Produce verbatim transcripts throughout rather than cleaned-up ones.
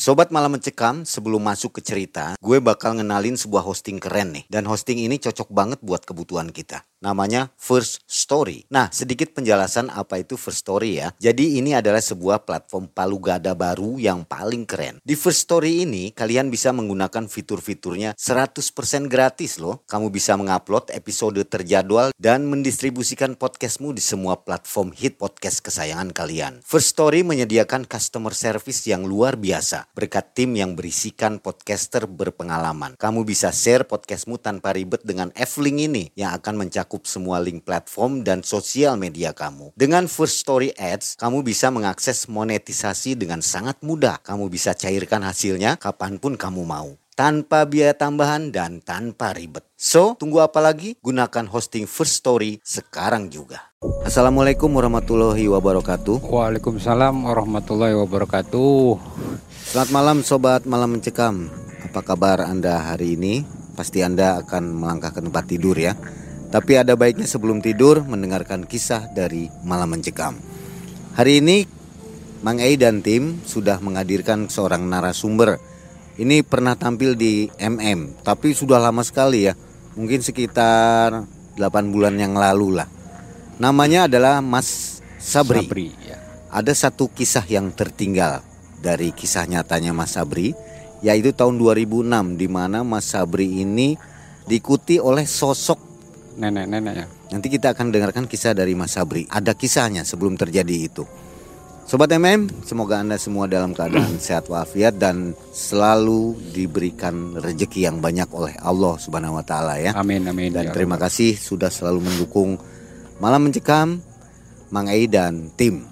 Sobat Malam Mencekam, sebelum masuk ke cerita, gue bakal ngenalin sebuah hosting keren nih. Dan hosting ini cocok banget buat kebutuhan kita. Namanya First Story. Nah, sedikit penjelasan apa itu First Story ya. Jadi ini adalah sebuah platform palu gada baru yang paling keren. Di First Story ini, kalian bisa menggunakan fitur-fiturnya seratus persen gratis loh. Kamu bisa mengupload episode terjadwal dan mendistribusikan podcastmu di semua platform hit podcast kesayangan kalian. First Story menyediakan customer service yang luar biasa. Berkat tim yang berisikan podcaster berpengalaman. Kamu bisa share podcastmu tanpa ribet dengan F-Link ini yang akan mencakup semua link platform dan sosial media kamu. Dengan First Story Ads, kamu bisa mengakses monetisasi dengan sangat mudah. Kamu bisa cairkan hasilnya kapanpun kamu mau. Tanpa biaya tambahan dan tanpa ribet. So, tunggu apa lagi? Gunakan hosting First Story sekarang juga. Assalamualaikum warahmatullahi wabarakatuh. Waalaikumsalam warahmatullahi wabarakatuh. Selamat malam Sobat Malam Mencekam. Apa kabar Anda hari ini? Pasti Anda akan melangkah ke tempat tidur ya. Tapi ada baiknya sebelum tidur mendengarkan kisah dari Malam Mencekam. Hari ini Mang Ei dan tim sudah menghadirkan seorang narasumber. Ini pernah tampil di M M, tapi sudah lama sekali ya. Mungkin sekitar delapan bulan yang lalu lah. Namanya adalah Mas Sabri. Sabri ya. Ada satu kisah yang tertinggal dari kisah nyatanya Mas Sabri, yaitu tahun dua ribu enam, di mana Mas Sabri ini diikuti oleh sosok nenek-nenek ya. Nanti kita akan dengarkan kisah dari Mas Sabri. Ada kisahnya sebelum terjadi itu. Sobat M M, semoga Anda semua dalam keadaan sehat walafiat dan selalu diberikan rezeki yang banyak oleh Allah Subhanahu wa taala ya. Amin amin. Dan ya terima Allah. kasih sudah selalu mendukung Malam Mencekam, Mang Ei dan tim.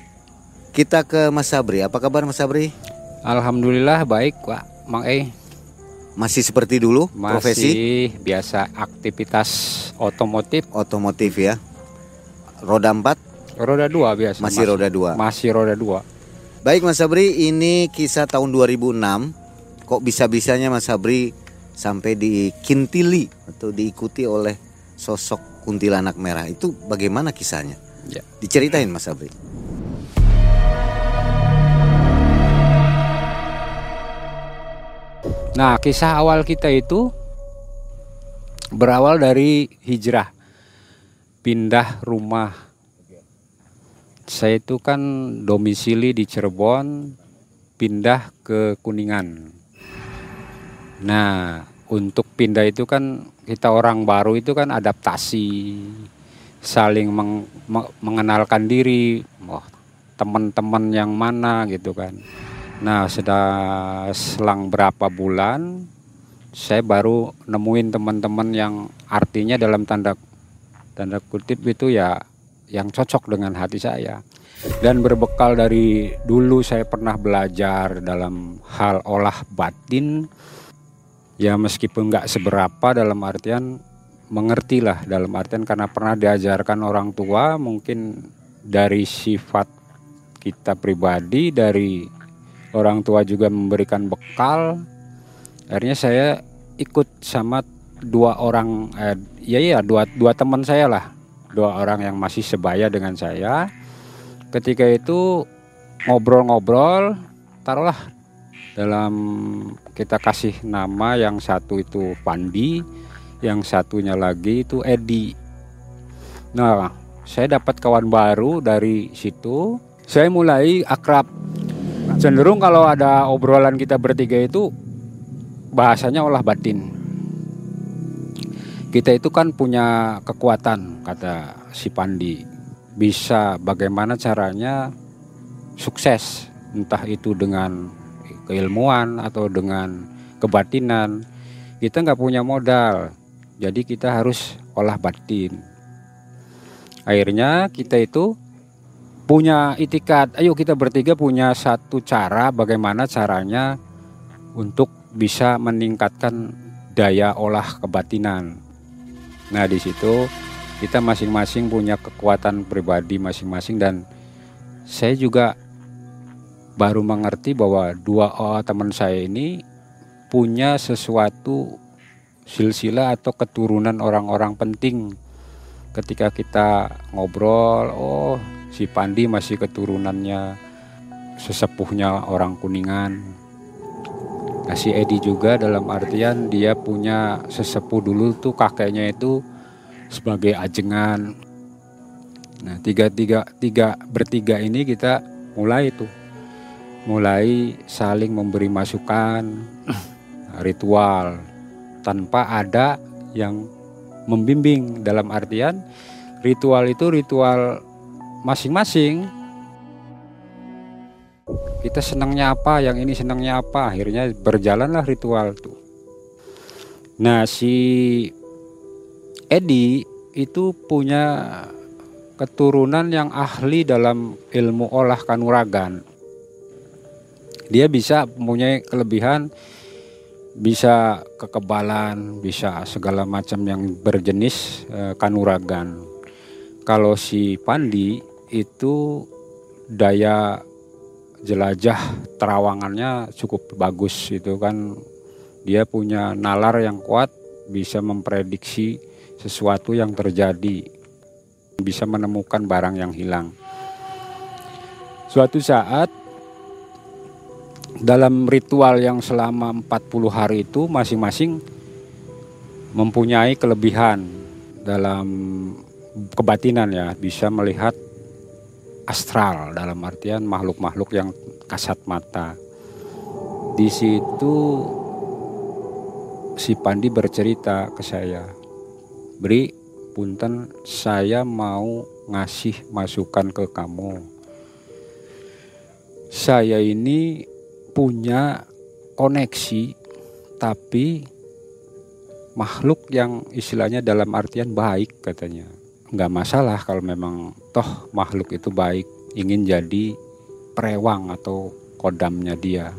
Kita ke Mas Sabri. Apa kabar Mas Sabri? Alhamdulillah baik Pak Mang Ei. Masih seperti dulu Masih profesi? biasa aktivitas otomotif. Otomotif ya. Roda empat? Roda dua biasa. Masih roda dua. Masih roda dua. Baik Mas Sabri, ini kisah tahun dua ribu enam. Kok bisa-bisanya Mas Sabri sampai dikintili atau diikuti oleh sosok kuntilanak merah? Itu bagaimana kisahnya? Ya. Diceritain Mas Sabri. Nah, kisah awal kita itu berawal dari hijrah. Pindah rumah. Saya itu kan domisili di Cirebon, pindah ke Kuningan. Nah, untuk pindah itu kan kita orang baru itu kan adaptasi, saling meng, mengenalkan diri, oh, teman-teman yang mana gitu kan. Nah, sudah selang berapa bulan saya baru nemuin teman-teman yang artinya dalam tanda tanda kutip itu ya yang cocok dengan hati saya. Dan berbekal dari dulu saya pernah belajar dalam hal olah batin, ya meskipun nggak seberapa dalam artian mengertilah, dalam artian karena pernah diajarkan orang tua, mungkin dari sifat kita pribadi, dari orang tua juga memberikan bekal. Akhirnya saya ikut sama dua orang, eh, ya ya dua dua teman saya lah, dua orang yang masih sebaya dengan saya. Ketika itu ngobrol-ngobrol, taruhlah dalam kita kasih nama, yang satu itu Pandi, yang satunya lagi itu Edi. Nah, saya dapat kawan baru dari situ. Saya mulai akrab. Cenderung kalau ada obrolan kita bertiga itu bahasanya olah batin. Kita itu kan punya kekuatan, kata si Pandi. Bisa bagaimana caranya sukses, entah itu dengan keilmuan atau dengan kebatinan. Kita nggak punya modal, jadi kita harus olah batin. Akhirnya kita itu punya itikat, ayo kita bertiga punya satu cara bagaimana caranya untuk bisa meningkatkan daya olah kebatinan. Nah, di situ kita masing-masing punya kekuatan pribadi masing-masing, dan saya juga baru mengerti bahwa dua oh, teman saya ini punya sesuatu silsilah atau keturunan orang-orang penting. Ketika kita ngobrol, oh si Pandi masih keturunannya sesepuhnya orang Kuningan. Nah, si Edi juga dalam artian dia punya sesepuh dulu tuh kakeknya itu sebagai ajengan. Nah, tiga tiga tiga bertiga ini kita mulai tuh, mulai saling memberi masukan, ritual tanpa ada yang membimbing. Dalam artian ritual itu ritual masing-masing. Kita senangnya apa, yang ini senangnya apa, akhirnya berjalanlah ritual tuh. Nah, si Edi itu punya keturunan yang ahli dalam ilmu olah kanuragan. Dia bisa mempunyai kelebihan, bisa kekebalan, bisa segala macam yang berjenis e, kanuragan. Kalau si Pandi itu daya jelajah terawangannya cukup bagus, itu kan dia punya nalar yang kuat, bisa memprediksi sesuatu yang terjadi, bisa menemukan barang yang hilang. Suatu saat dalam ritual yang selama empat puluh hari itu masing-masing mempunyai kelebihan dalam kebatinan ya, bisa melihat astral, dalam artian makhluk-makhluk yang kasat mata. Di situ si Pandi bercerita ke saya, "Bri, punten, saya mau ngasih masukan ke kamu. Saya ini punya koneksi, tapi makhluk yang istilahnya dalam artian baik," katanya. Nggak masalah kalau memang toh makhluk itu baik, ingin jadi perewang atau kodamnya dia.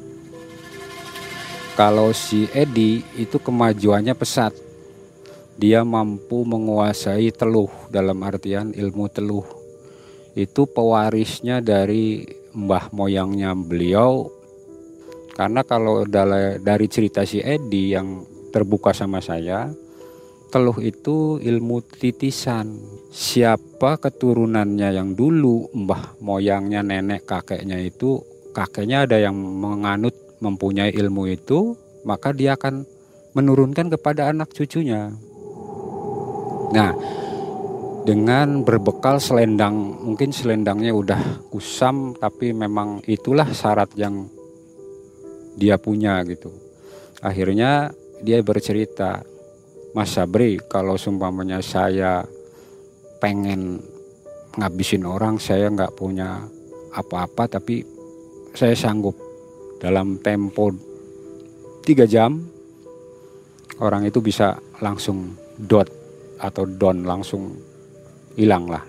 Kalau si Edi itu kemajuannya pesat, dia mampu menguasai teluh, dalam artian ilmu teluh. Itu pewarisnya dari mbah moyangnya beliau. Karena kalau dari cerita si Edi yang terbuka sama saya, teluh itu ilmu titisan. Siapa keturunannya yang dulu mbah moyangnya, nenek kakeknya itu, kakeknya ada yang menganut mempunyai ilmu itu, maka dia akan menurunkan kepada anak cucunya. Nah, dengan berbekal selendang, mungkin selendangnya udah kusam, tapi memang itulah syarat yang dia punya gitu. Akhirnya dia bercerita, "Mas Sabri, kalau sumpamanya saya pengen ngabisin orang, saya nggak punya apa-apa, tapi saya sanggup dalam tempo tiga jam, orang itu bisa langsung dot atau down, langsung hilang lah.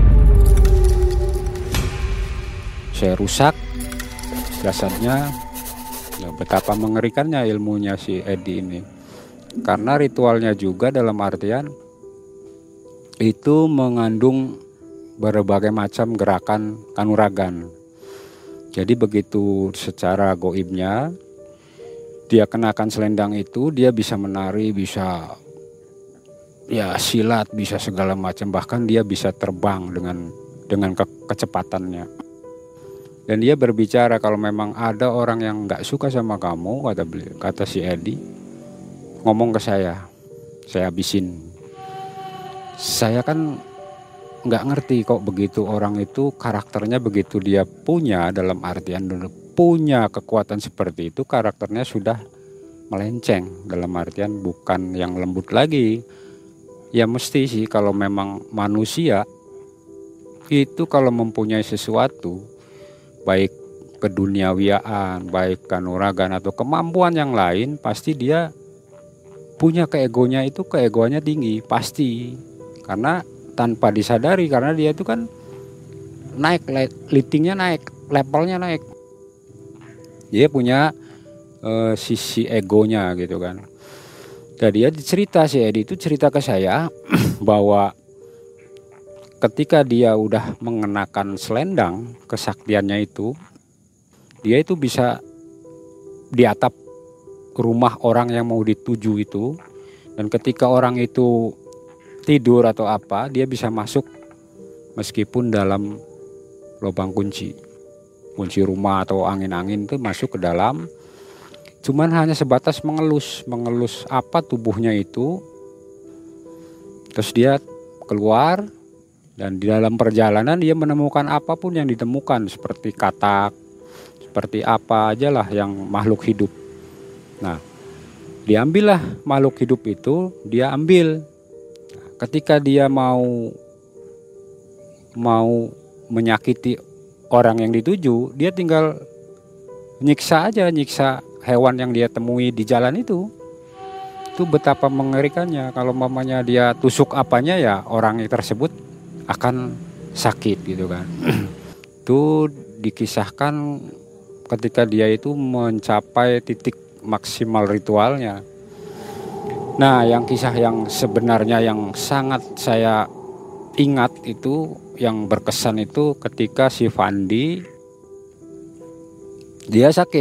Saya rusak jasadnya." Ya, betapa mengerikannya ilmunya si Edi ini. Karena ritualnya juga dalam artian itu mengandung berbagai macam gerakan kanuragan. Jadi begitu secara goibnya dia kenakan selendang itu, dia bisa menari, bisa ya silat, bisa segala macam, bahkan dia bisa terbang dengan dengan ke- kecepatannya. Dan dia berbicara, kalau memang ada orang yang nggak suka sama kamu, kata beliau, kata si Edi, ngomong ke saya, saya habisin. Saya kan nggak ngerti kok begitu orang itu karakternya begitu dia punya, dalam artian punya kekuatan seperti itu, karakternya sudah melenceng, dalam artian bukan yang lembut lagi. Ya mesti sih kalau memang manusia itu kalau mempunyai sesuatu, baik keduniawiaan, baik kanuragan atau kemampuan yang lain, pasti dia punya keegonya itu, keegonya tinggi pasti, karena tanpa disadari, karena dia itu kan naik, litingnya naik, levelnya naik, dia punya e, sisi egonya gitu kan. Dan dia cerita, si Edi itu cerita ke saya bahwa ketika dia udah mengenakan selendang, kesaktiannya itu, dia itu bisa di atap rumah orang yang mau dituju itu, dan ketika orang itu tidur atau apa, dia bisa masuk meskipun dalam lubang kunci kunci rumah atau angin-angin itu masuk ke dalam, cuman hanya sebatas mengelus, mengelus apa tubuhnya itu. Terus dia keluar, dan di dalam perjalanan dia menemukan apapun yang ditemukan, seperti katak, seperti apa aja lah yang makhluk hidup. Nah, diambillah makhluk hidup itu, dia ambil. Ketika dia mau mau menyakiti orang yang dituju, dia tinggal nyiksa aja, nyiksa hewan yang dia temui di jalan itu. Itu betapa mengerikannya. Kalau mamanya dia tusuk apanya, ya orang tersebut akan sakit gitu kan. Itu dikisahkan ketika dia itu mencapai titik maksimal ritualnya. Nah, yang kisah yang sebenarnya yang sangat saya ingat itu, yang berkesan itu ketika si Fandi dia sakit.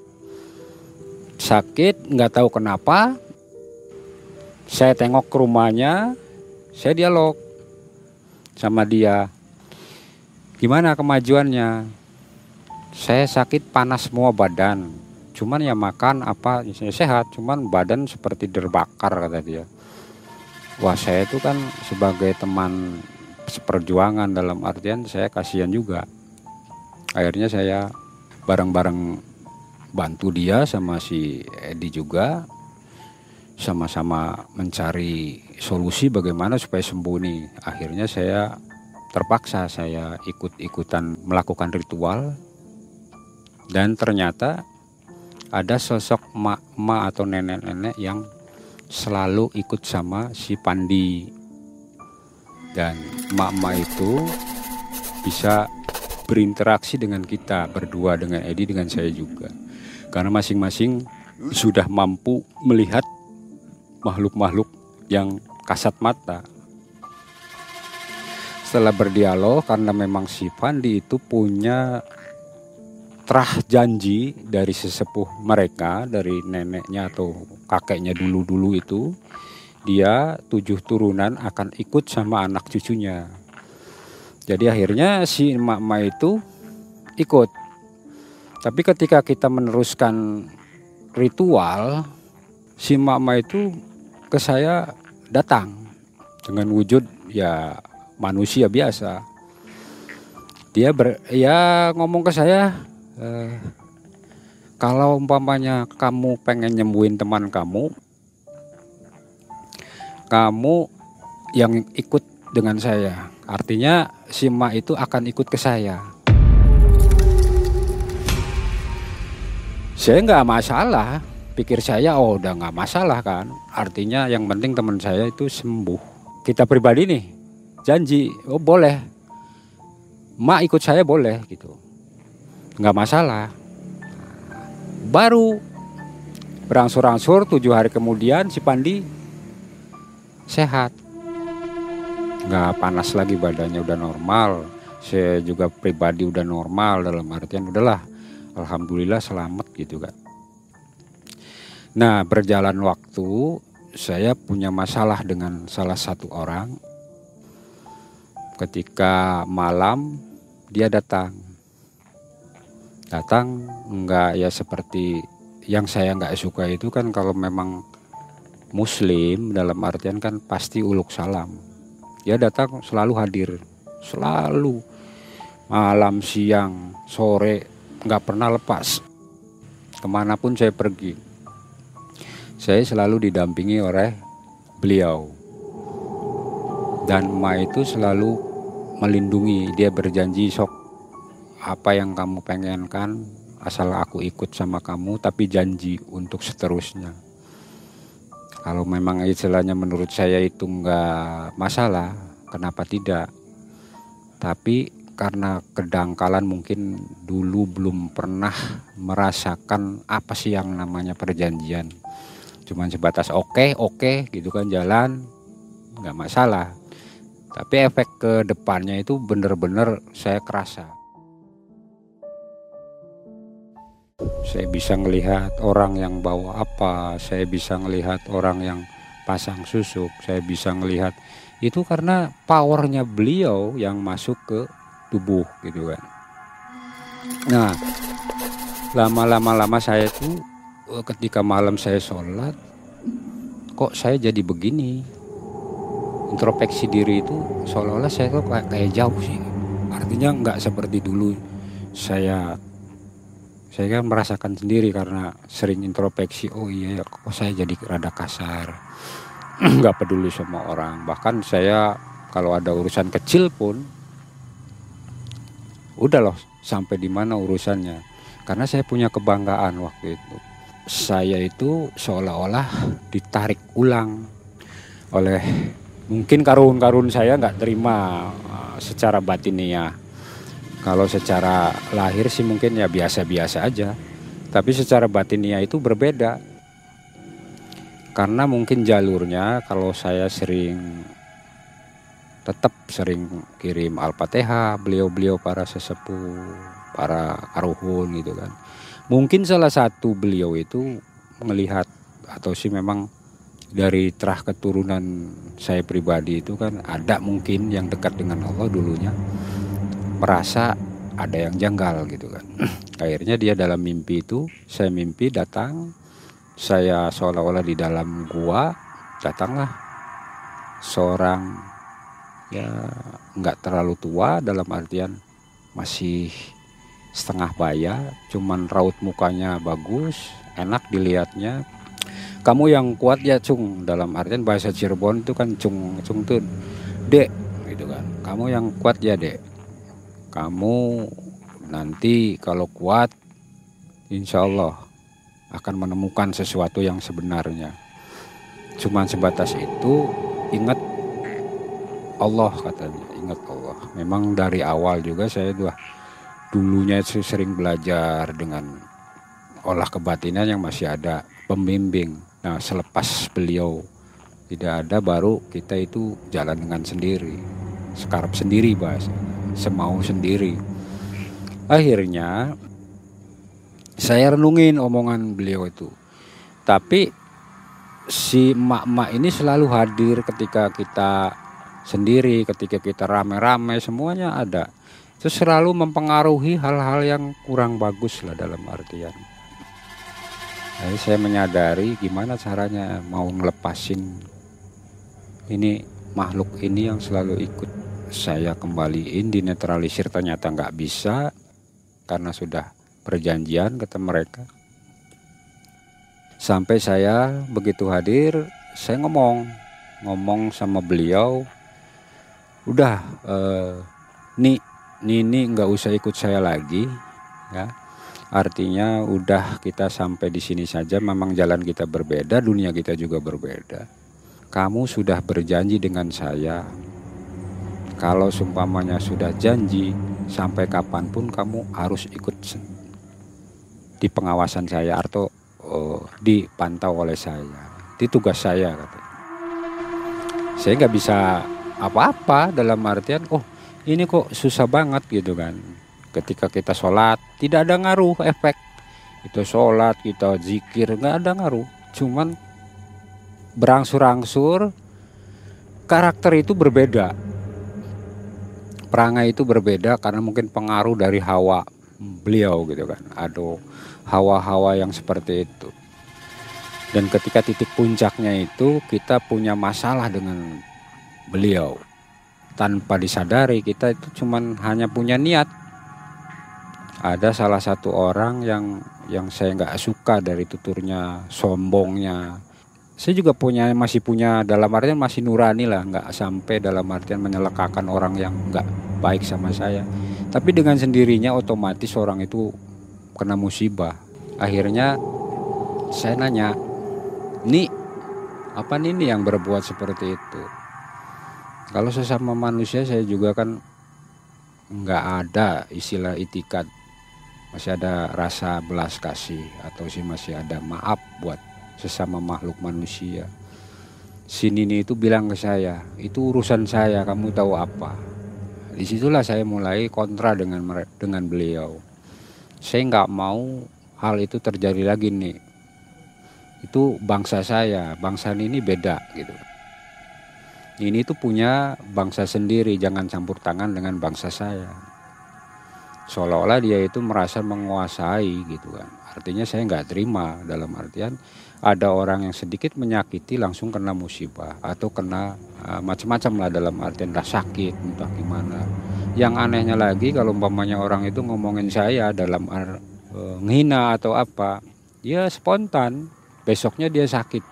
Sakit, nggak tahu kenapa. Saya tengok ke rumahnya, saya dialog sama dia. Gimana kemajuannya? Saya sakit, panas semua badan. Cuman ya makan apa saya sehat, cuman badan seperti terbakar, kata dia. Wah, saya itu kan sebagai teman seperjuangan, dalam artian saya kasihan juga. Akhirnya saya bareng-bareng bantu dia sama si Edi juga, sama-sama mencari solusi bagaimana supaya sembuh nih. Akhirnya saya terpaksa saya ikut-ikutan melakukan ritual, dan ternyata ada sosok emak-emak atau nenek-nenek yang selalu ikut sama si Pandi. Dan emak-emak itu bisa berinteraksi dengan kita berdua, dengan Edi, dengan saya juga. Karena masing-masing sudah mampu melihat makhluk-makhluk yang kasat mata. Setelah berdialog, karena memang si Pandi itu punya terah janji dari sesepuh mereka, dari neneknya atau kakeknya dulu-dulu itu, dia tujuh turunan akan ikut sama anak cucunya. Jadi akhirnya si emak-emak itu ikut. Tapi ketika kita meneruskan ritual, si emak-emak itu ke saya datang dengan wujud ya manusia biasa. Dia ber, ya ngomong ke saya, Eh, kalau umpamanya kamu pengen nyembuhin teman kamu, kamu yang ikut dengan saya. Artinya si emak itu akan ikut ke saya. Saya nggak masalah, pikir saya, oh udah nggak masalah kan. Artinya yang penting teman saya itu sembuh. Kita pribadi nih janji, oh boleh, emak ikut saya boleh gitu. Nggak masalah. Baru berangsur-angsur tujuh hari kemudian si Pandi sehat, nggak panas lagi badannya, udah normal. Saya juga pribadi udah normal, dalam artian udahlah, alhamdulillah selamat gitu kan. Nah, berjalan waktu, saya punya masalah dengan salah satu orang. Ketika malam dia datang. Datang enggak ya seperti yang saya enggak suka itu kan, kalau memang muslim dalam artian kan pasti uluk salam. Dia datang selalu hadir, selalu malam, siang, sore, enggak pernah lepas. Kemanapun saya pergi, saya selalu didampingi oleh beliau. Dan emak itu selalu melindungi, dia berjanji, sok apa yang kamu pengenkan asal aku ikut sama kamu, tapi janji untuk seterusnya. Kalau memang istilahnya menurut saya itu enggak masalah, kenapa tidak? Tapi karena kedangkalan mungkin dulu belum pernah merasakan apa sih yang namanya perjanjian. Cuman sebatas oke, oke gitu kan, jalan, enggak masalah. Tapi efek ke depannya itu benar-benar saya kerasa. Saya bisa melihat orang yang bawa apa, saya bisa melihat orang yang pasang susuk, saya bisa melihat itu karena powernya beliau yang masuk ke tubuh gitu kan. Nah, lama-lama lama saya tuh eh, ketika malam saya sholat, kok saya jadi begini. Introspeksi diri itu seolah-olah saya kok kayak, kayak jauh sih. Artinya nggak seperti dulu. Saya saya kan merasakan sendiri karena sering introspeksi. Oh iya, kok saya jadi rada kasar. Nggak peduli sama orang. Bahkan saya kalau ada urusan kecil pun, udah loh sampai di mana urusannya. Karena saya punya kebanggaan waktu itu. Saya itu seolah-olah ditarik ulang oleh mungkin karun-karun saya nggak terima uh, secara batiniah. Kalau secara lahir sih mungkin ya biasa-biasa aja. Tapi secara batiniah itu berbeda. Karena mungkin jalurnya kalau saya sering tetap sering kirim Al-Fatihah, beliau-beliau para sesepuh, para aruhun gitu kan. Mungkin salah satu beliau itu melihat atau sih memang dari terah keturunan saya pribadi itu kan ada mungkin yang dekat dengan Allah dulunya merasa ada yang janggal gitu kan. Akhirnya dia dalam mimpi itu, saya mimpi datang, saya seolah-olah di dalam gua, datanglah seorang ya nggak terlalu tua dalam artian masih setengah baya, cuman raut mukanya bagus, enak dilihatnya. Kamu yang kuat ya Cung, dalam artian bahasa Cirebon itu kan Cung, Cung tuh Dek gitu kan. Kamu yang kuat ya Dek. Kamu nanti kalau kuat insya Allah akan menemukan sesuatu yang sebenarnya. Cuman sebatas itu, ingat Allah katanya, ingat Allah. Memang dari awal juga saya udah dulunya sering belajar dengan olah kebatinan yang masih ada pembimbing. Nah selepas beliau tidak ada baru kita itu jalan dengan sendiri, sekarap sendiri bahasa, semau sendiri. Akhirnya saya renungin omongan beliau itu. Tapi si emak-emak ini selalu hadir ketika kita sendiri, ketika kita rame-rame, semuanya ada. Itu selalu mempengaruhi hal-hal yang kurang bagus lah dalam artian. Jadi saya menyadari gimana caranya mau ngelepasin ini makhluk ini yang selalu ikut saya kembaliin, dinetralisir, ternyata nggak bisa karena sudah perjanjian kata mereka. Sampai saya begitu hadir, saya ngomong ngomong sama beliau, udah eh, nih Nini nggak usah ikut saya lagi ya. Artinya udah kita sampai di sini saja, memang jalan kita berbeda, dunia kita juga berbeda. Kamu sudah berjanji dengan saya. Kalau seumpamanya sudah janji, sampai kapanpun kamu harus ikut di pengawasan saya atau oh, dipantau oleh saya. Itu tugas saya katanya. Saya nggak bisa apa-apa dalam artian, oh ini kok susah banget gitu kan. Ketika kita sholat tidak ada ngaruh efek. Itu sholat kita zikir nggak ada ngaruh. Cuman berangsur-angsur karakter itu berbeda. Perangai itu berbeda karena mungkin pengaruh dari hawa beliau gitu kan. Ada hawa-hawa yang seperti itu. Dan ketika titik puncaknya itu kita punya masalah dengan beliau. Tanpa disadari kita itu cuman hanya punya niat. Ada salah satu orang yang yang saya nggak suka dari tuturnya, sombongnya. Saya juga punya masih punya dalam artian masih nurani lah, nggak sampai dalam artian menyelakakan orang yang nggak baik sama saya. Tapi dengan sendirinya otomatis orang itu kena musibah. Akhirnya saya nanya, nih apa nih yang berbuat seperti itu? Kalau sesama manusia saya juga kan nggak ada istilah itikat. Masih ada rasa belas kasih atau sih masih ada maaf buat sesama makhluk manusia. Si Nini itu bilang ke saya, itu urusan saya, kamu tahu apa? Disitulah saya mulai kontra dengan dengan beliau. Saya nggak mau hal itu terjadi lagi nih. Itu bangsa saya, bangsa ini beda gitu. Ini tuh punya bangsa sendiri, jangan campur tangan dengan bangsa saya. Seolah-olah dia itu merasa menguasai gitu kan. artinya saya nggak terima, dalam artian ada orang yang sedikit menyakiti langsung kena musibah atau kena uh, macam-macam lah, dalam artian lah sakit entah gimana. Yang anehnya lagi kalau umpamanya orang itu ngomongin saya dalam ar, uh, menghina atau apa, dia spontan besoknya dia sakit.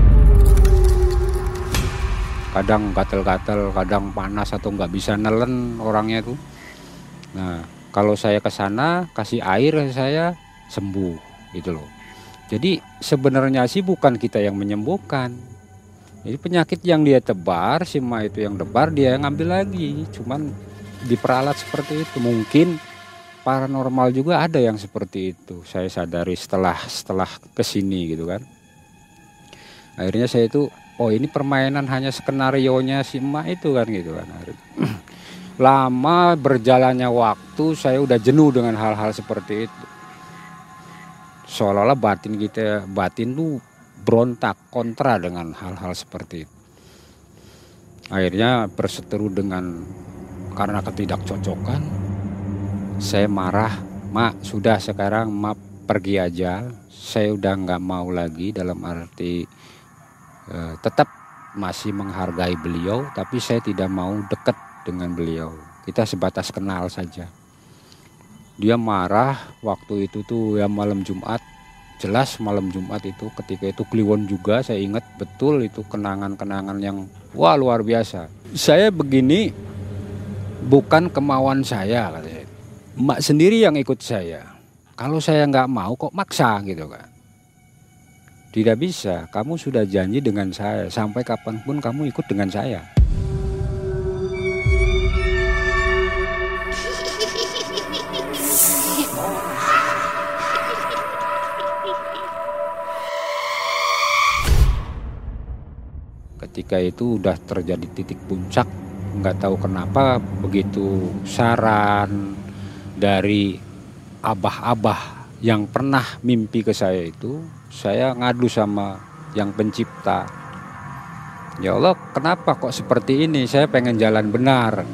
Kadang gatel-gatel, kadang panas atau nggak bisa nelen orangnya tuh. Nah, kalau saya ke sana kasih air saya sembuh gitu loh. Jadi sebenarnya sih bukan kita yang menyembuhkan. Jadi penyakit yang dia tebar, si ma itu yang debar, dia yang ngambil lagi. Cuman diperalat seperti itu. Mungkin paranormal juga ada yang seperti itu. Saya sadari setelah setelah kesini gitu kan. Akhirnya saya itu, oh ini permainan hanya skenarionya si emak itu kan gitu kan. Lama berjalannya waktu saya udah jenuh dengan hal-hal seperti itu. Seolah-olah batin kita, batin tuh berontak kontra dengan hal-hal seperti itu. Akhirnya berseteru dengan, karena ketidakcocokan, saya marah, mak sudah sekarang mak pergi aja. Saya udah nggak mau lagi, dalam arti eh, tetap masih menghargai beliau, tapi saya tidak mau dekat dengan beliau. Kita sebatas kenal saja. Dia marah waktu itu tuh ya malam Jumat. Jelas malam Jumat itu, ketika itu Kliwon juga, saya ingat betul itu kenangan-kenangan yang wah luar biasa. Saya begini bukan kemauan saya katanya. Emak sendiri yang ikut saya. Kalau saya nggak mau kok maksa gitu kan. Tidak bisa, kamu sudah janji dengan saya, sampai kapanpun kamu ikut dengan saya. Ketika itu udah terjadi titik puncak, nggak tahu kenapa begitu saran dari abah-abah yang pernah mimpi ke saya itu, saya ngadu sama yang pencipta. Ya Allah, kenapa kok seperti ini? Saya pengen jalan benar.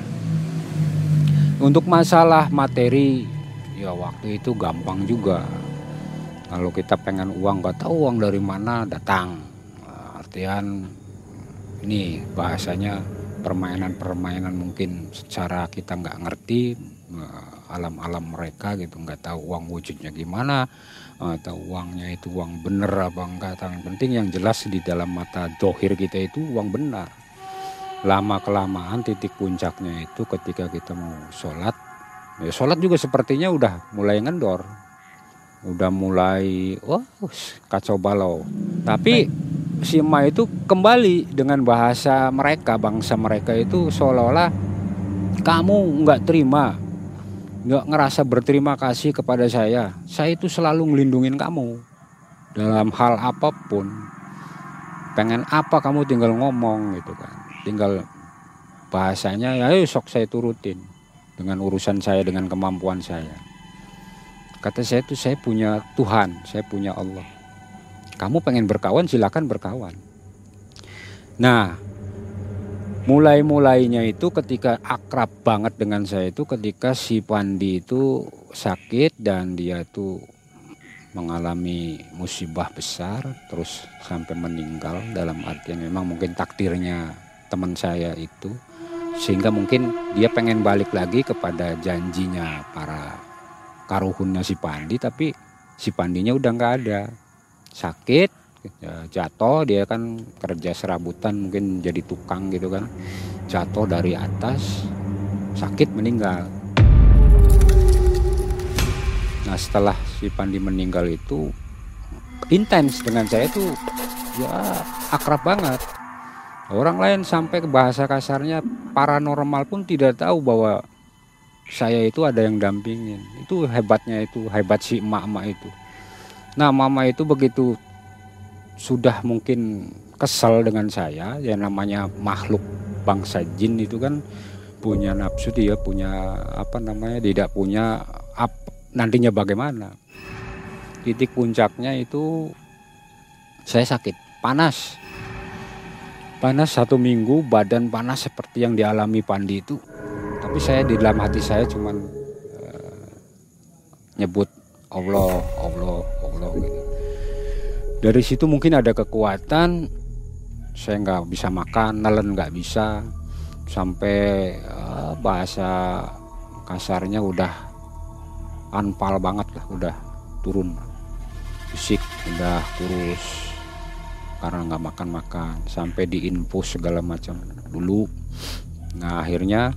Untuk masalah materi, ya waktu itu gampang juga. Kalau kita pengen uang, nggak tahu uang dari mana datang. Artian ini bahasanya permainan-permainan mungkin secara kita nggak ngerti alam-alam mereka gitu, nggak tahu uang wujudnya gimana, atau uangnya itu uang bener apa enggak. Yang penting yang jelas di dalam mata dohir kita itu uang benar. Lama kelamaan titik puncaknya itu ketika kita mau sholat, ya sholat juga sepertinya udah mulai ngendor, udah mulai wah kacau balau. Tapi si emak itu kembali dengan bahasa mereka, bangsa mereka itu seolah-olah kamu nggak terima, nggak ngerasa berterima kasih kepada saya. Saya itu selalu ngelindungin kamu dalam hal apapun. Pengen apa kamu tinggal ngomong gitu kan. Tinggal bahasanya ya sok saya turutin dengan urusan saya, dengan kemampuan saya. Kata saya itu saya punya Tuhan, saya punya Allah. Kamu pengen berkawan silakan berkawan. Nah, mulai-mulainya itu ketika akrab banget dengan saya itu ketika si Pandi itu sakit dan dia tuh mengalami musibah besar terus sampai meninggal, dalam artian memang mungkin takdirnya teman saya itu, sehingga mungkin dia pengen balik lagi kepada janjinya para karuhunnya si Pandi, tapi si Pandinya udah nggak ada. Sakit, jatuh, dia kan kerja serabutan mungkin jadi tukang gitu kan, jatuh dari atas, sakit, meninggal. Nah setelah si Pandi meninggal itu intens dengan saya tuh ya akrab banget. Orang lain sampai ke bahasa kasarnya paranormal pun tidak tahu bahwa saya itu ada yang dampingin. Itu hebatnya, itu hebat si emak-emak itu. Nah mama itu begitu sudah mungkin kesal dengan saya, ya namanya makhluk bangsa jin itu kan punya nafsu, dia punya apa namanya, tidak punya ap, nantinya bagaimana. Titik puncaknya itu saya sakit, panas. Panas satu minggu, badan panas seperti yang dialami Pandi itu. Tapi saya di dalam hati saya cuman uh, nyebut Allah, Allah, Allah gitu. Dari situ mungkin ada kekuatan, saya nggak bisa makan, nelen nggak bisa, sampai uh, bahasa kasarnya udah anpal banget lah, udah turun fisik, udah kurus karena nggak makan-makan, sampai diinfus segala macam dulu. Nah akhirnya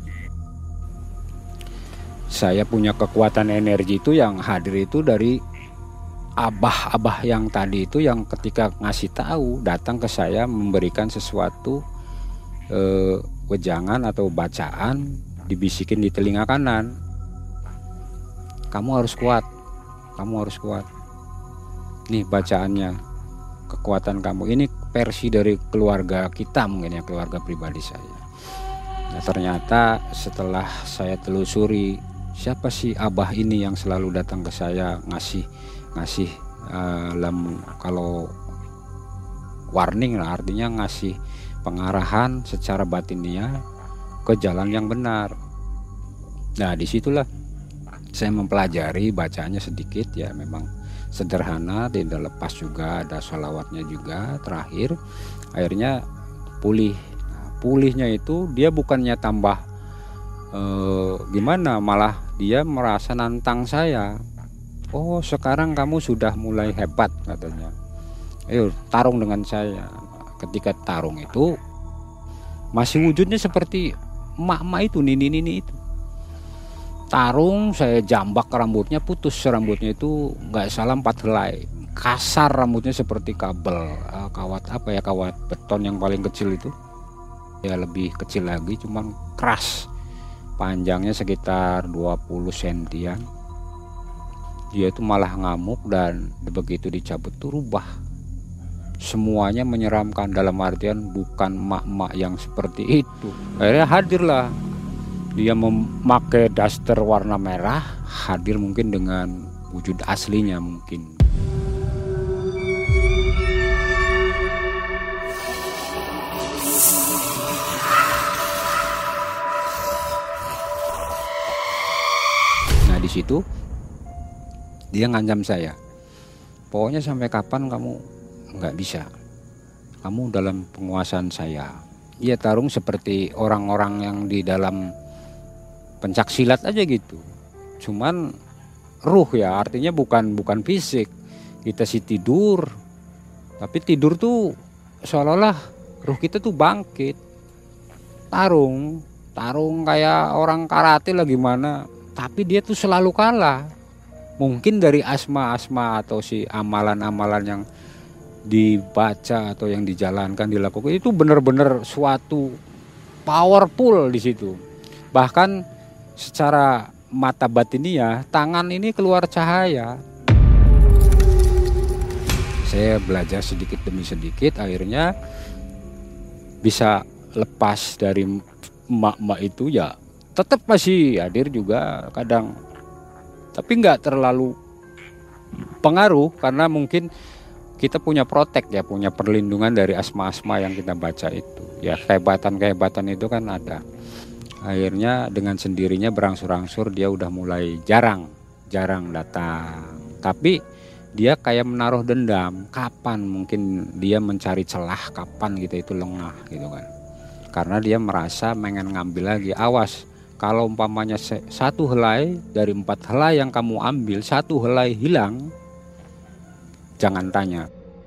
saya punya kekuatan energi itu yang hadir itu dari abah-abah yang tadi itu, yang ketika ngasih tahu datang ke saya memberikan sesuatu eh, wejangan atau bacaan, dibisikin di telinga kanan, kamu harus kuat, kamu harus kuat, nih bacaannya, kekuatan kamu ini versi dari keluarga kita, mungkin ya keluarga pribadi saya. Nah ternyata setelah saya telusuri, siapa sih abah ini yang selalu datang ke saya ngasih ngasih uh, lam, kalau warning lah, artinya ngasih pengarahan secara batinnya ke jalan yang benar. Nah disitulah saya mempelajari, bacanya sedikit ya, memang sederhana, tidak lepas juga, ada sholawatnya juga terakhir. Akhirnya pulih. Nah, pulihnya itu dia bukannya tambah eh, gimana, malah dia merasa nantang saya. Oh sekarang kamu sudah mulai hebat katanya, ayo tarung dengan saya. Ketika tarung itu masih wujudnya seperti emak-emak itu, nini-nini itu. Tarung, saya jambak rambutnya, putus rambutnya itu nggak salah empat helai, kasar rambutnya seperti kabel, kawat apa ya, kawat beton yang paling kecil itu ya, lebih kecil lagi, cuman keras, panjangnya sekitar dua puluh sentian. Dia itu malah ngamuk, dan begitu dicabut tuh rubah semuanya, menyeramkan, dalam artian bukan emak-emak yang seperti itu. Akhirnya hadirlah dia memakai daster warna merah, hadir mungkin dengan wujud aslinya mungkin. Nah di situ dia ngancam saya, pokoknya sampai kapan kamu nggak bisa, kamu dalam penguasaan saya. Dia tarung seperti orang-orang yang di dalam pencak silat aja gitu, cuman ruh ya, artinya bukan bukan fisik. Kita sih tidur, tapi tidur tuh seolah-olah ruh kita tuh bangkit. Tarung, tarung kayak orang karate lah gimana, tapi dia tuh selalu kalah. Mungkin dari asma-asma atau si amalan-amalan yang dibaca atau yang dijalankan, dilakukan itu benar-benar suatu powerful di situ. Bahkan secara mata batiniah, tangan ini keluar cahaya. Saya belajar sedikit demi sedikit, akhirnya bisa lepas dari emak-emak itu ya. Tetap masih hadir juga kadang, tapi nggak terlalu pengaruh, karena mungkin kita punya protek ya, punya perlindungan dari asma-asma yang kita baca itu. Ya kehebatan-kehebatan itu kan ada. Akhirnya dengan sendirinya berangsur-angsur dia udah mulai jarang, jarang datang. Tapi dia kayak menaruh dendam, kapan mungkin dia mencari celah, kapan kita itu lengah gitu kan. Karena dia merasa pengen ngambil lagi. Awas, kalau umpamanya satu helai dari empat helai yang kamu ambil, satu helai hilang, jangan tanya.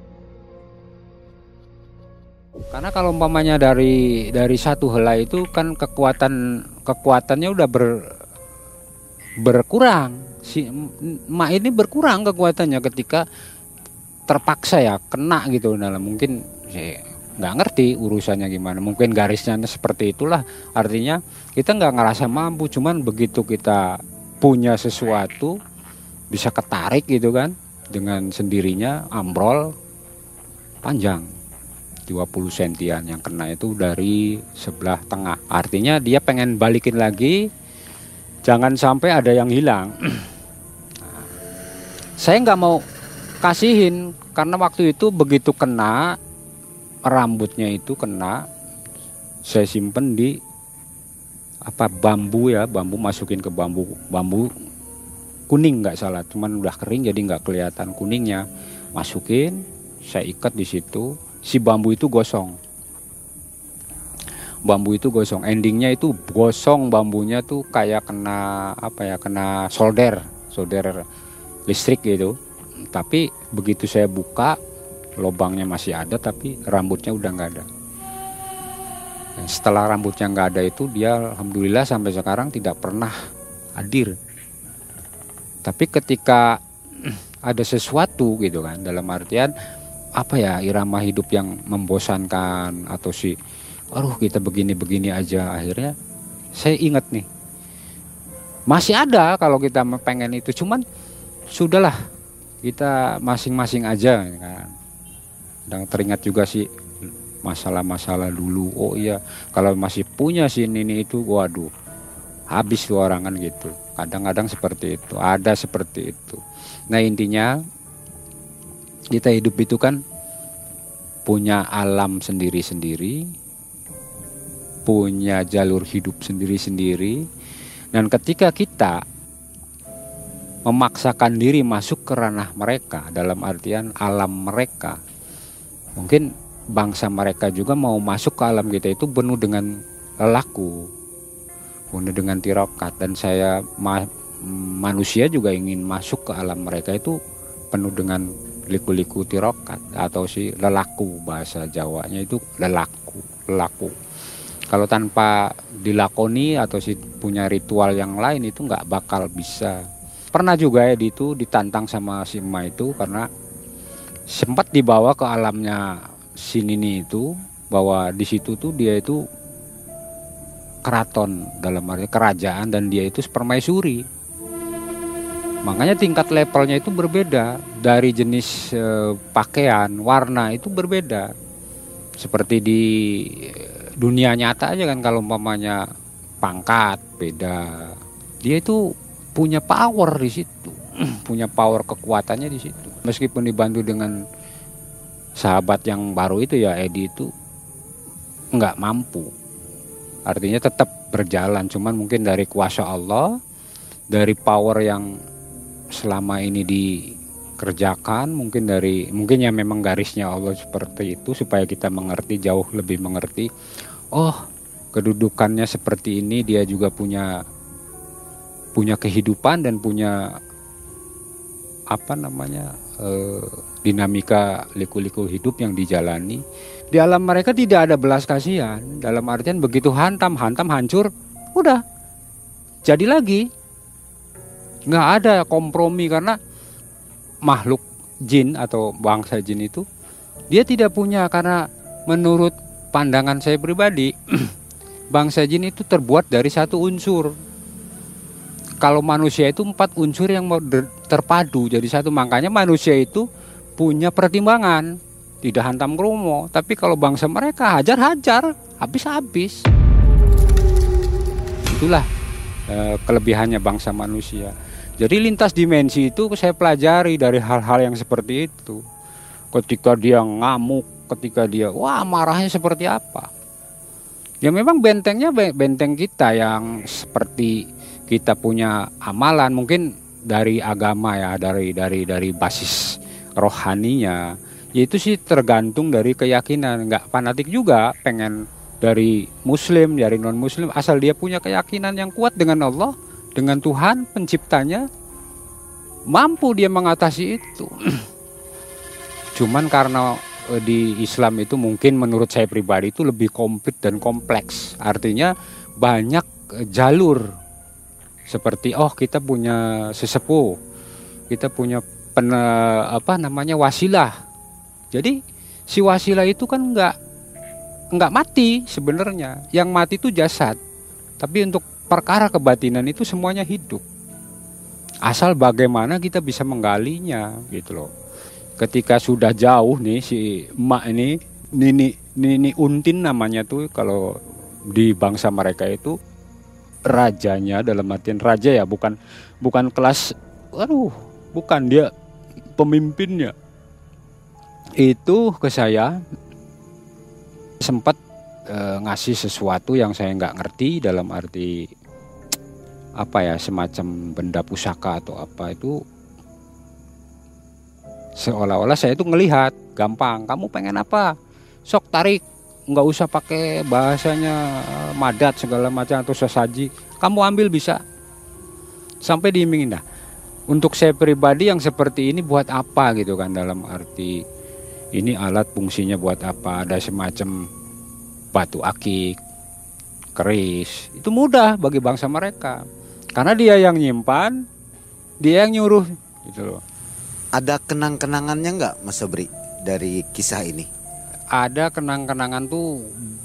Karena kalau umpamanya dari dari satu helai itu kan kekuatan kekuatannya udah ber, berkurang. Si emak ini berkurang kekuatannya ketika terpaksa ya kena gitu. Nah, mungkin ya, nggak ngerti urusannya gimana. Mungkin garisnya seperti itulah. Artinya kita nggak ngerasa mampu, cuman begitu kita punya sesuatu bisa ketarik gitu kan, dengan sendirinya ambrol panjang dua puluh sentian yang kena itu dari sebelah tengah. Artinya dia pengen balikin lagi, jangan sampai ada yang hilang. Saya nggak mau kasihin, karena waktu itu begitu kena, rambutnya itu kena, saya simpen di apa bambu ya, bambu masukin ke bambu, bambu kuning nggak salah, cuman udah kering jadi nggak kelihatan kuningnya. Masukin, saya ikat di situ, si bambu itu gosong. Bambu itu gosong, endingnya itu gosong, bambunya tuh kayak kena apa ya, kena solder, solder listrik gitu. Tapi begitu saya buka, lubangnya masih ada tapi rambutnya udah nggak ada. Dan setelah rambutnya nggak ada itu, dia alhamdulillah sampai sekarang tidak pernah hadir. Tapi ketika ada sesuatu gitu kan, dalam artian apa ya, irama hidup yang membosankan atau si aduh kita begini-begini aja, akhirnya saya ingat nih, masih ada kalau kita pengen itu, cuman sudahlah kita masing-masing aja kan. Dan teringat juga sih masalah-masalah dulu, oh iya kalau masih punya sini ini itu, waduh habis tuh orang kan gitu. Kadang-kadang seperti itu, ada seperti itu. Nah intinya kita hidup itu kan punya alam sendiri-sendiri, punya jalur hidup sendiri-sendiri. Dan ketika kita memaksakan diri masuk ke ranah mereka, dalam artian alam mereka, mungkin bangsa mereka juga mau masuk ke alam kita itu penuh dengan lelaku, penuh dengan tirokat. Dan saya ma- manusia juga ingin masuk ke alam mereka itu penuh dengan liku-liku tirokat atau si lelaku, bahasa Jawanya itu lelaku, lelaku. Kalau tanpa dilakoni atau si punya ritual yang lain itu nggak bakal bisa. Pernah juga ya itu ditantang sama si emak itu, karena sempat dibawa ke alamnya si Nini itu, bahwa di situ tuh dia itu keraton, dalam arti kerajaan, dan dia itu permaisuri. Makanya tingkat levelnya itu berbeda, dari jenis e, pakaian, warna itu berbeda. Seperti di dunia nyata aja kan, kalau umpamanya pangkat beda, dia itu punya power di situ, punya power kekuatannya di situ. Meskipun dibantu dengan sahabat yang baru itu ya, Edi itu nggak mampu. Artinya tetap berjalan, cuman mungkin dari kuasa Allah, dari power yang selama ini dikerjakan, mungkin dari mungkin ya memang garisnya Allah seperti itu supaya kita mengerti, jauh lebih mengerti. Oh, kedudukannya seperti ini, dia juga punya punya kehidupan dan punya apa namanya eh, dinamika liku-liku hidup yang dijalani. Di alam mereka tidak ada belas kasihan, dalam artian begitu hantam, hantam hancur, udah jadi lagi. Nggak ada kompromi, karena makhluk jin atau bangsa jin itu dia tidak punya, karena menurut pandangan saya pribadi bangsa jin itu terbuat dari satu unsur. Kalau manusia itu empat unsur yang terpadu jadi satu. Makanya manusia itu punya pertimbangan, tidak hantam kromo. Tapi kalau bangsa mereka hajar-hajar, habis-habis. Itulah eh, kelebihannya bangsa manusia. Jadi lintas dimensi itu saya pelajari dari hal-hal yang seperti itu. Ketika dia ngamuk, ketika dia wah marahnya seperti apa. Ya memang bentengnya benteng kita yang seperti kita punya amalan mungkin dari agama ya, dari dari dari basis rohaninya. Yaitu sih tergantung dari keyakinan, nggak fanatik juga pengen dari muslim, dari non muslim, asal dia punya keyakinan yang kuat dengan Allah, dengan Tuhan penciptanya, mampu dia mengatasi itu. Cuman karena di Islam itu mungkin menurut saya pribadi itu lebih komplit dan kompleks. Artinya banyak jalur. Seperti oh kita punya sesepuh, kita punya pen, apa namanya wasilah. Jadi si wasilah itu kan nggak nggak mati sebenarnya. Yang mati itu jasad. Tapi untuk perkara kebatinan itu semuanya hidup. Asal bagaimana kita bisa menggalinya gitu loh. Ketika sudah jauh nih si emak ini, Nini Nini Untin namanya tuh kalau di bangsa mereka itu rajanya, dalam artian raja ya, bukan bukan kelas, aduh, bukan, dia pemimpinnya. Itu ke saya sempat e, ngasih sesuatu yang saya nggak ngerti, dalam arti apa ya, semacam benda pusaka atau apa itu, seolah-olah saya itu ngelihat gampang, kamu pengen apa, sok tarik, nggak usah pakai bahasanya madat segala macam atau sesaji, kamu ambil bisa, sampai diimingin. Nah, untuk saya pribadi yang seperti ini buat apa gitu kan, dalam arti ini alat fungsinya buat apa, ada semacam batu akik, keris, itu mudah bagi bangsa mereka karena dia yang nyimpan, dia yang nyuruh gitu loh. Ada kenang-kenangannya nggak Mas Sobri dari kisah ini? Ada kenang-kenangan tuh,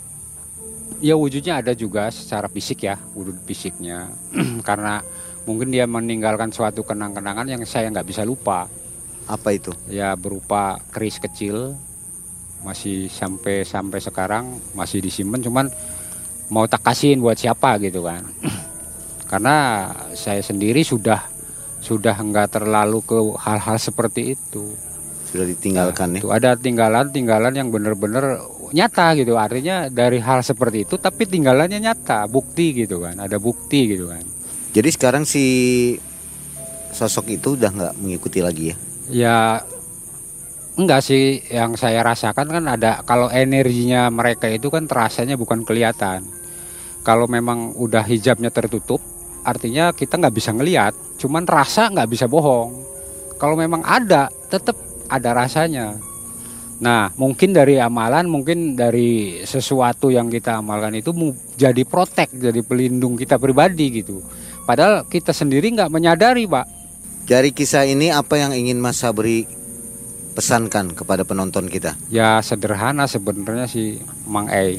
ya wujudnya ada juga secara fisik ya, wujud fisiknya. Karena mungkin dia meninggalkan suatu kenang-kenangan yang saya nggak bisa lupa. Apa itu? Ya berupa keris kecil, masih sampai sampai sekarang masih disimpan, cuman mau tak kasihin buat siapa gitu kan. Karena saya sendiri sudah sudah nggak terlalu ke hal-hal seperti itu. Sudah ditinggalkan. Nah, ya. Itu ada tinggalan-tinggalan yang benar-benar nyata gitu. Artinya dari hal seperti itu tapi tinggalannya nyata, bukti gitu kan. Ada bukti gitu kan. Jadi sekarang si sosok itu udah nggak mengikuti lagi ya? Ya enggak sih, yang saya rasakan kan ada, kalau energinya mereka itu kan terasanya bukan kelihatan. Kalau memang udah hijabnya tertutup, artinya kita nggak bisa ngelihat, cuman rasa nggak bisa bohong. Kalau memang ada, tetap ada rasanya. Nah, mungkin dari amalan, mungkin dari sesuatu yang kita amalkan itu jadi protek, jadi pelindung kita pribadi gitu. Padahal kita sendiri nggak menyadari, Pak. Dari kisah ini apa yang ingin Mas Sabri pesankan kepada penonton kita? Ya sederhana sebenarnya sih, Mang E.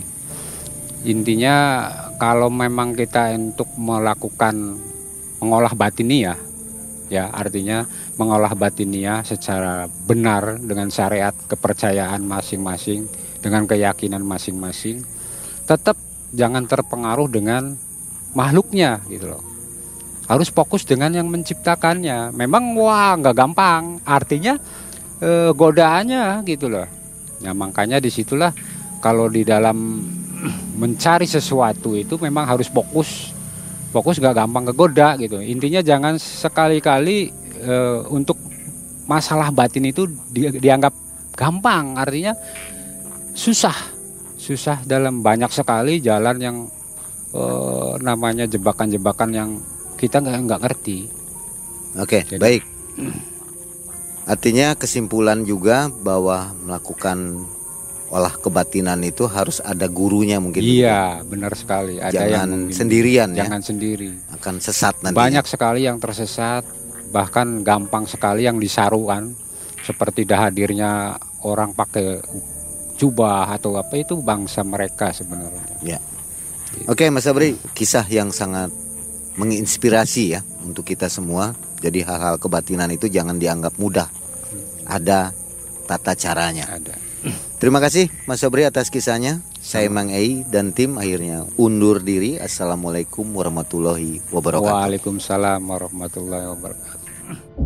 Intinya kalau memang kita untuk melakukan mengolah batinia, ya artinya mengolah batinia secara benar dengan syariat kepercayaan masing-masing, dengan keyakinan masing-masing, tetap jangan terpengaruh dengan makhluknya gitu loh. Harus fokus dengan yang menciptakannya. Memang wah nggak gampang, artinya eh, godaannya gitu loh. Nah makanya disitulah kalau di dalam mencari sesuatu itu memang harus fokus, fokus gak gampang kegoda gitu. Intinya jangan sekali-kali e, untuk masalah batin itu di, dianggap gampang, artinya susah, susah dalam banyak sekali jalan yang e, namanya jebakan-jebakan yang kita nggak nggak ngerti. Oke, Jadi, baik. Artinya kesimpulan juga bahwa melakukan olah kebatinan itu harus ada gurunya mungkin. Iya, benar sekali. Ada jangan yang sendirian ya. Jangan sendiri. Akan sesat nantinya. Banyak sekali yang tersesat, bahkan gampang sekali yang disarukan. Seperti dah hadirnya orang pakai jubah atau apa, itu bangsa mereka sebenarnya. Ya. Oke, Mas Sabri, kisah yang sangat menginspirasi ya untuk kita semua. Jadi hal-hal kebatinan itu jangan dianggap mudah. Ada tata caranya. Ada. Terima kasih Mas Sobri atas kisahnya. Saya Mang E dan tim akhirnya undur diri. Assalamualaikum warahmatullahi wabarakatuh. Waalaikumsalam warahmatullahi wabarakatuh.